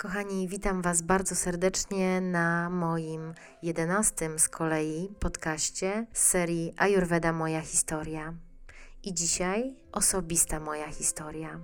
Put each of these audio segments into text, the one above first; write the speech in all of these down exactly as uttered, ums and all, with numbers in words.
Kochani, witam Was bardzo serdecznie na moim jedenastym z kolei podcaście z serii Ayurveda Moja Historia. I dzisiaj osobista moja historia.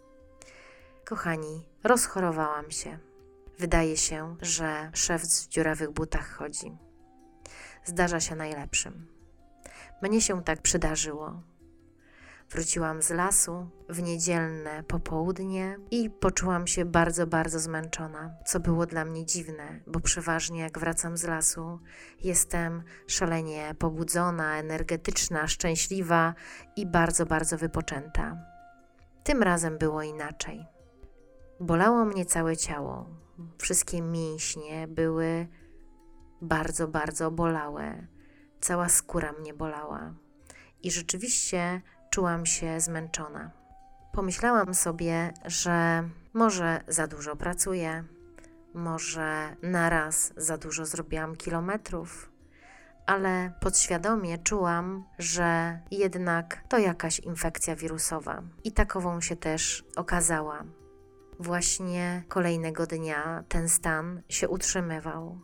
Kochani, rozchorowałam się. Wydaje się, że szewc w dziurawych butach chodzi. Zdarza się najlepszym. Mnie się tak przydarzyło. Wróciłam z lasu w niedzielne popołudnie i poczułam się bardzo, bardzo zmęczona, co było dla mnie dziwne, bo przeważnie jak wracam z lasu, jestem szalenie pobudzona, energetyczna, szczęśliwa i bardzo, bardzo wypoczęta. Tym razem było inaczej. Bolało mnie całe ciało, wszystkie mięśnie były bardzo, bardzo bolałe, cała skóra mnie bolała i rzeczywiście czułam się zmęczona. Pomyślałam sobie, że może za dużo pracuję, może naraz za dużo zrobiłam kilometrów, ale podświadomie czułam, że jednak to jakaś infekcja wirusowa i takową się też okazała. Właśnie kolejnego dnia ten stan się utrzymywał.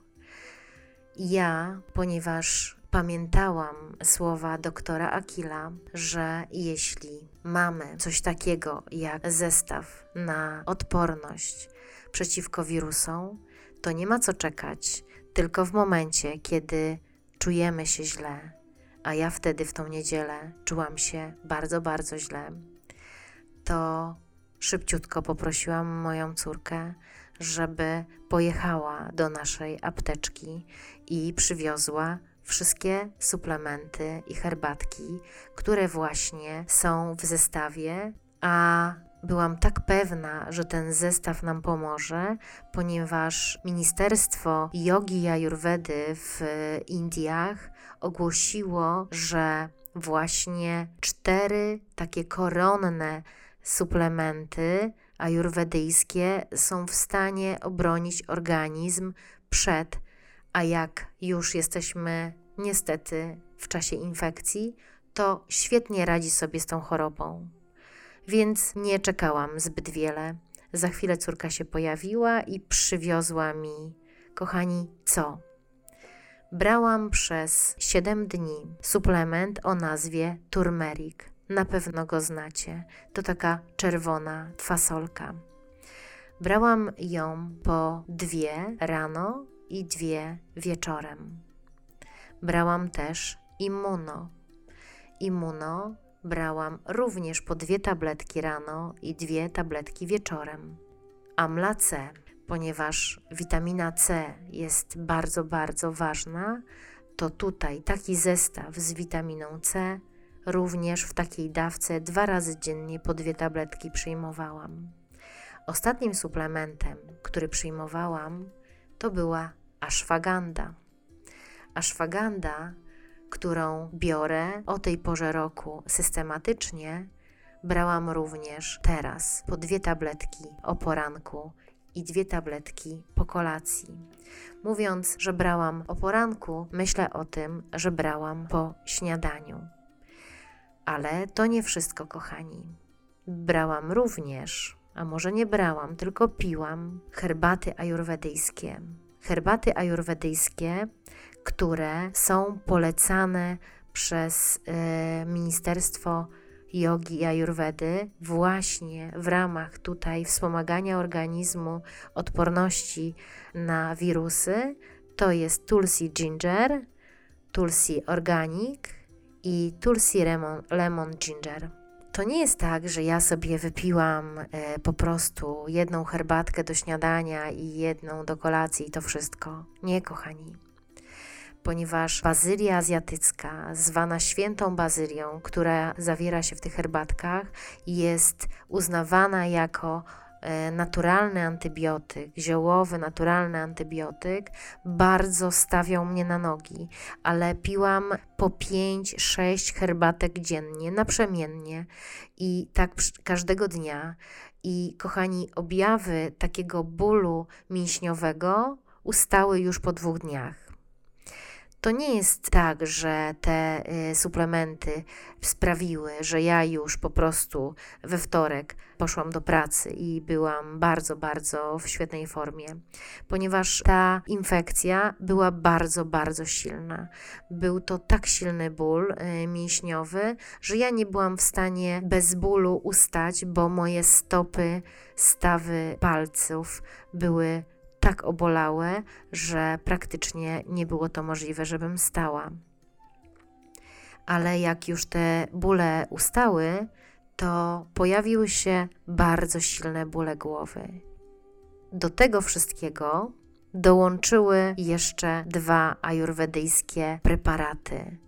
Ja, ponieważ pamiętałam słowa doktora Akila, że jeśli mamy coś takiego jak zestaw na odporność przeciwko wirusom, to nie ma co czekać, tylko w momencie, kiedy czujemy się źle, a ja wtedy w tą niedzielę czułam się bardzo, bardzo źle, to szybciutko poprosiłam moją córkę, żeby pojechała do naszej apteczki i przywiozła wszystkie suplementy i herbatki, które właśnie są w zestawie, a byłam tak pewna, że ten zestaw nam pomoże, ponieważ Ministerstwo Jogi i Ayurvedy w Indiach ogłosiło, że właśnie cztery takie koronne suplementy ajurwedyjskie są w stanie obronić organizm przed, a jak już jesteśmy niestety w czasie infekcji, to świetnie radzi sobie z tą chorobą. Więc nie czekałam zbyt wiele. Za chwilę córka się pojawiła i przywiozła mi, kochani, co? Brałam przez siedem dni suplement o nazwie turmeric. Na pewno go znacie. To taka czerwona fasolka. Brałam ją po dwie rano i dwie wieczorem. Brałam też immuno. Immuno brałam również po dwie tabletki rano i dwie tabletki wieczorem. Amla C, ponieważ witamina C jest bardzo, bardzo ważna, to tutaj taki zestaw z witaminą C również w takiej dawce dwa razy dziennie po dwie tabletki przyjmowałam. Ostatnim suplementem, który przyjmowałam, to była ashwagandha. Ashwagandha, którą biorę o tej porze roku systematycznie, brałam również teraz po dwie tabletki o poranku i dwie tabletki po kolacji. Mówiąc, że brałam o poranku, myślę o tym, że brałam po śniadaniu. Ale to nie wszystko, kochani. Brałam również, a może nie brałam, tylko piłam herbaty ajurwedyjskie. Herbaty ajurwedyjskie, które są polecane przez e, Ministerstwo Jogi i Ayurvedy właśnie w ramach tutaj wspomagania organizmu odporności na wirusy. To jest Tulsi Ginger, Tulsi Organic i Tulsi Lemon, Lemon Ginger. To nie jest tak, że ja sobie wypiłam e, po prostu jedną herbatkę do śniadania i jedną do kolacji i to wszystko. Nie, kochani. Ponieważ bazylia azjatycka, zwana świętą bazylią, która zawiera się w tych herbatkach, jest uznawana jako e, naturalny antybiotyk, ziołowy, naturalny antybiotyk, bardzo stawiał mnie na nogi, ale piłam po pięć sześć herbatek dziennie, naprzemiennie i tak każdego dnia. I kochani, objawy takiego bólu mięśniowego ustały już po dwóch dniach. To nie jest tak, że te y, suplementy sprawiły, że ja już po prostu we wtorek poszłam do pracy i byłam bardzo, bardzo w świetnej formie, ponieważ ta infekcja była bardzo, bardzo silna. Był to tak silny ból y, mięśniowy, że ja nie byłam w stanie bez bólu ustać, bo moje stopy, stawy palców były tak obolałe, że praktycznie nie było to możliwe, żebym stała. Ale jak już te bóle ustały, to pojawiły się bardzo silne bóle głowy. Do tego wszystkiego dołączyły jeszcze dwa ajurwedyjskie preparaty.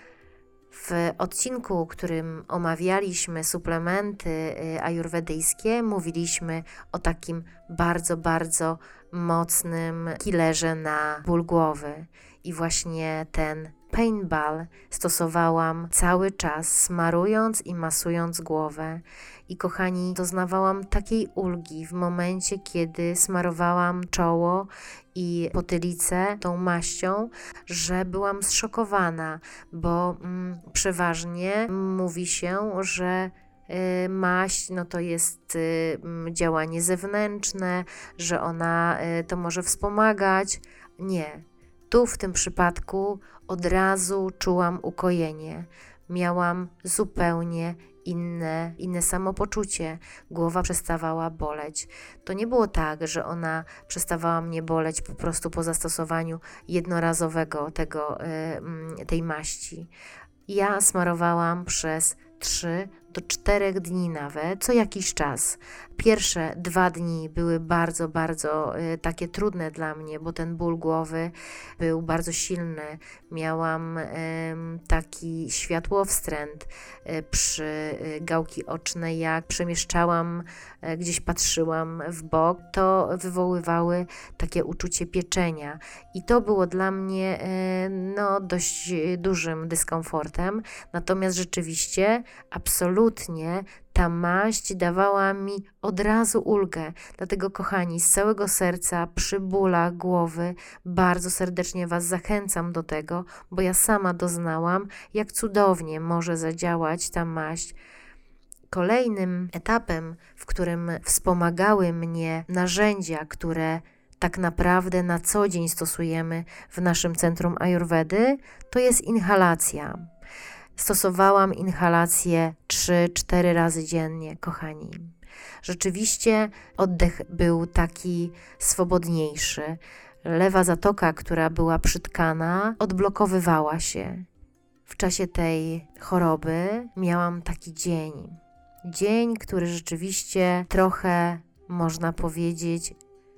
W odcinku, w którym omawialiśmy suplementy ajurwedyjskie, mówiliśmy o takim bardzo, bardzo mocnym killerze na ból głowy. I właśnie ten Pain Ball stosowałam cały czas, smarując i masując głowę. I kochani, doznawałam takiej ulgi w momencie, kiedy smarowałam czoło i potylicę tą maścią, że byłam zszokowana, bo mm, przeważnie mówi się, że y, maść no to jest y, działanie zewnętrzne, że ona y, to może wspomagać. Nie. Tu w tym przypadku od razu czułam ukojenie. Miałam zupełnie inne, inne samopoczucie. Głowa przestawała boleć. To nie było tak, że ona przestawała mnie boleć po prostu po zastosowaniu jednorazowego tego, tej maści. Ja smarowałam przez trzy do czterech dni nawet, co jakiś czas. Pierwsze dwa dni były bardzo, bardzo y, takie trudne dla mnie, bo ten ból głowy był bardzo silny. Miałam y, taki światłowstręt y, przy y, gałki ocznej. Jak przemieszczałam, y, gdzieś patrzyłam w bok, to wywoływały takie uczucie pieczenia. I to było dla mnie y, no, dość dużym dyskomfortem. Natomiast rzeczywiście absolutnie ta maść dawała mi od razu ulgę. Dlatego, kochani, z całego serca przy bólach głowy bardzo serdecznie Was zachęcam do tego, bo ja sama doznałam, jak cudownie może zadziałać ta maść. Kolejnym etapem, w którym wspomagały mnie narzędzia, które tak naprawdę na co dzień stosujemy w naszym Centrum Ajurwedy, to jest inhalacja. Stosowałam inhalację trzy cztery razy dziennie, kochani. Rzeczywiście oddech był taki swobodniejszy. Lewa zatoka, która była przytkana, odblokowywała się. W czasie tej choroby miałam taki dzień. Dzień, który rzeczywiście trochę, można powiedzieć,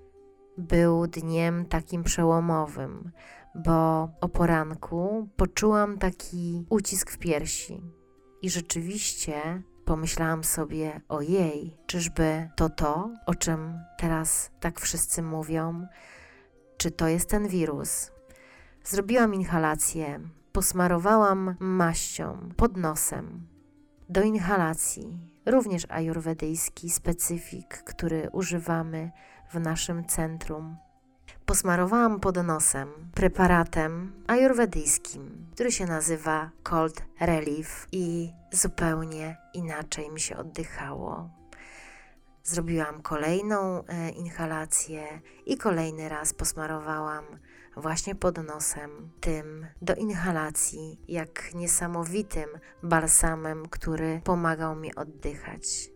był dniem takim przełomowym, bo o poranku poczułam taki ucisk w piersi i rzeczywiście pomyślałam sobie, ojej, czyżby to to, o czym teraz tak wszyscy mówią, czy to jest ten wirus? Zrobiłam inhalację, posmarowałam maścią pod nosem. Do inhalacji również ajurwedyjski specyfik, który używamy w naszym centrum. Posmarowałam pod nosem preparatem ajurwedyjskim, który się nazywa Cold Relief i zupełnie inaczej mi się oddychało. Zrobiłam kolejną e, inhalację i kolejny raz posmarowałam właśnie pod nosem tym do inhalacji, jak niesamowitym balsamem, który pomagał mi oddychać.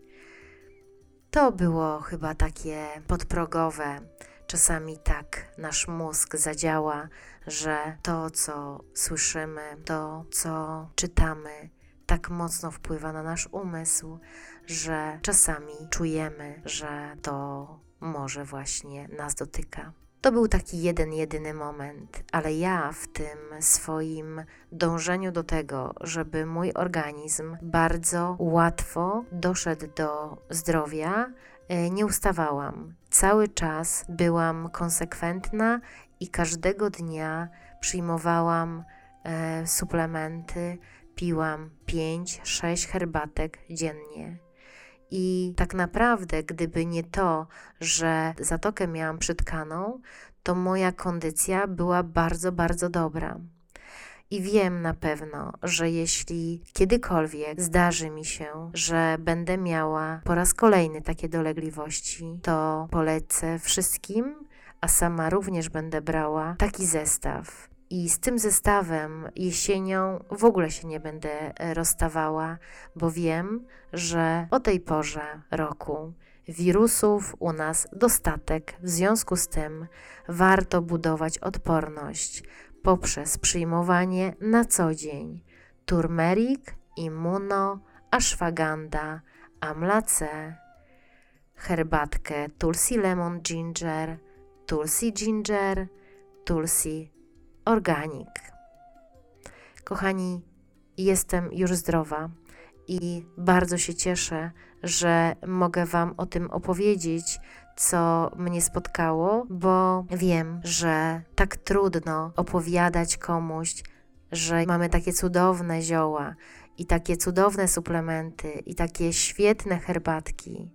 To było chyba takie podprogowe. Czasami tak nasz mózg zadziała, że to, co słyszymy, to, co czytamy, tak mocno wpływa na nasz umysł, że czasami czujemy, że to może właśnie nas dotyka. To był taki jeden, jedyny moment, ale ja w tym swoim dążeniu do tego, żeby mój organizm bardzo łatwo doszedł do zdrowia, nie ustawałam. Cały czas byłam konsekwentna i każdego dnia przyjmowałam e, suplementy, piłam pięć sześć herbatek dziennie. I tak naprawdę, gdyby nie to, że zatokę miałam przytkaną, to moja kondycja była bardzo, bardzo dobra. I wiem na pewno, że jeśli kiedykolwiek zdarzy mi się, że będę miała po raz kolejny takie dolegliwości, to polecę wszystkim, a sama również będę brała taki zestaw. I z tym zestawem jesienią w ogóle się nie będę rozstawała, bo wiem, że o tej porze roku wirusów u nas dostatek. W związku z tym warto budować odporność poprzez przyjmowanie na co dzień turmerik, immuno, ashwagandha, amla C, herbatkę tulsi lemon ginger, tulsi ginger, tulsi organic. Kochani, jestem już zdrowa i bardzo się cieszę, że mogę Wam o tym opowiedzieć, co mnie spotkało, bo wiem, że tak trudno opowiadać komuś, że mamy takie cudowne zioła i takie cudowne suplementy i takie świetne herbatki.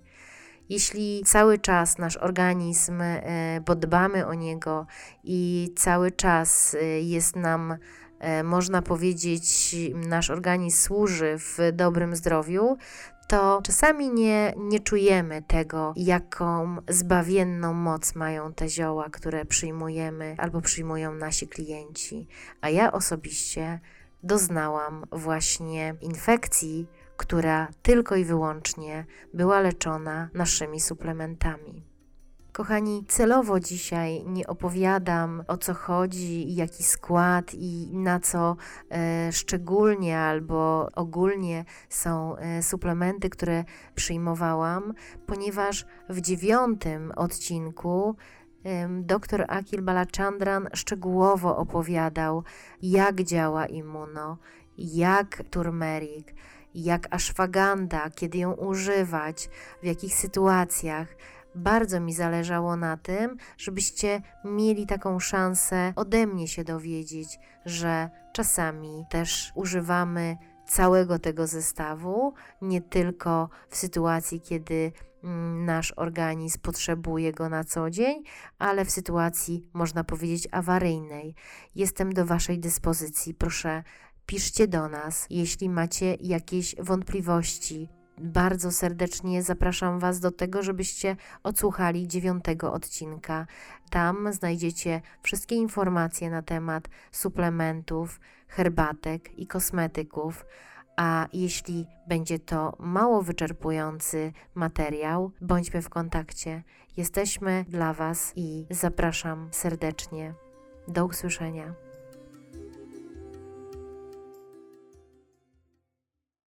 Jeśli cały czas nasz organizm, bo dbamy o niego i cały czas jest nam, można powiedzieć, nasz organizm służy w dobrym zdrowiu, to czasami nie, nie czujemy tego, jaką zbawienną moc mają te zioła, które przyjmujemy albo przyjmują nasi klienci. A ja osobiście doznałam właśnie infekcji, która tylko i wyłącznie była leczona naszymi suplementami. Kochani, celowo dzisiaj nie opowiadam, o co chodzi, jaki skład i na co e, szczególnie albo ogólnie są e, suplementy, które przyjmowałam, ponieważ w dziewiątym odcinku e, dr Akhil Balachandran szczegółowo opowiadał, jak działa immuno, jak turmerik, jak ashwagandha, kiedy ją używać, w jakich sytuacjach. Bardzo mi zależało na tym, żebyście mieli taką szansę ode mnie się dowiedzieć, że czasami też używamy całego tego zestawu, nie tylko w sytuacji, kiedy nasz organizm potrzebuje go na co dzień, ale w sytuacji, można powiedzieć, awaryjnej. Jestem do Waszej dyspozycji. Proszę, piszcie do nas, jeśli macie jakieś wątpliwości. Bardzo serdecznie zapraszam Was do tego, żebyście odsłuchali dziewiątego odcinka. Tam znajdziecie wszystkie informacje na temat suplementów, herbatek i kosmetyków. A jeśli będzie to mało wyczerpujący materiał, bądźmy w kontakcie. Jesteśmy dla Was i zapraszam serdecznie. Do usłyszenia.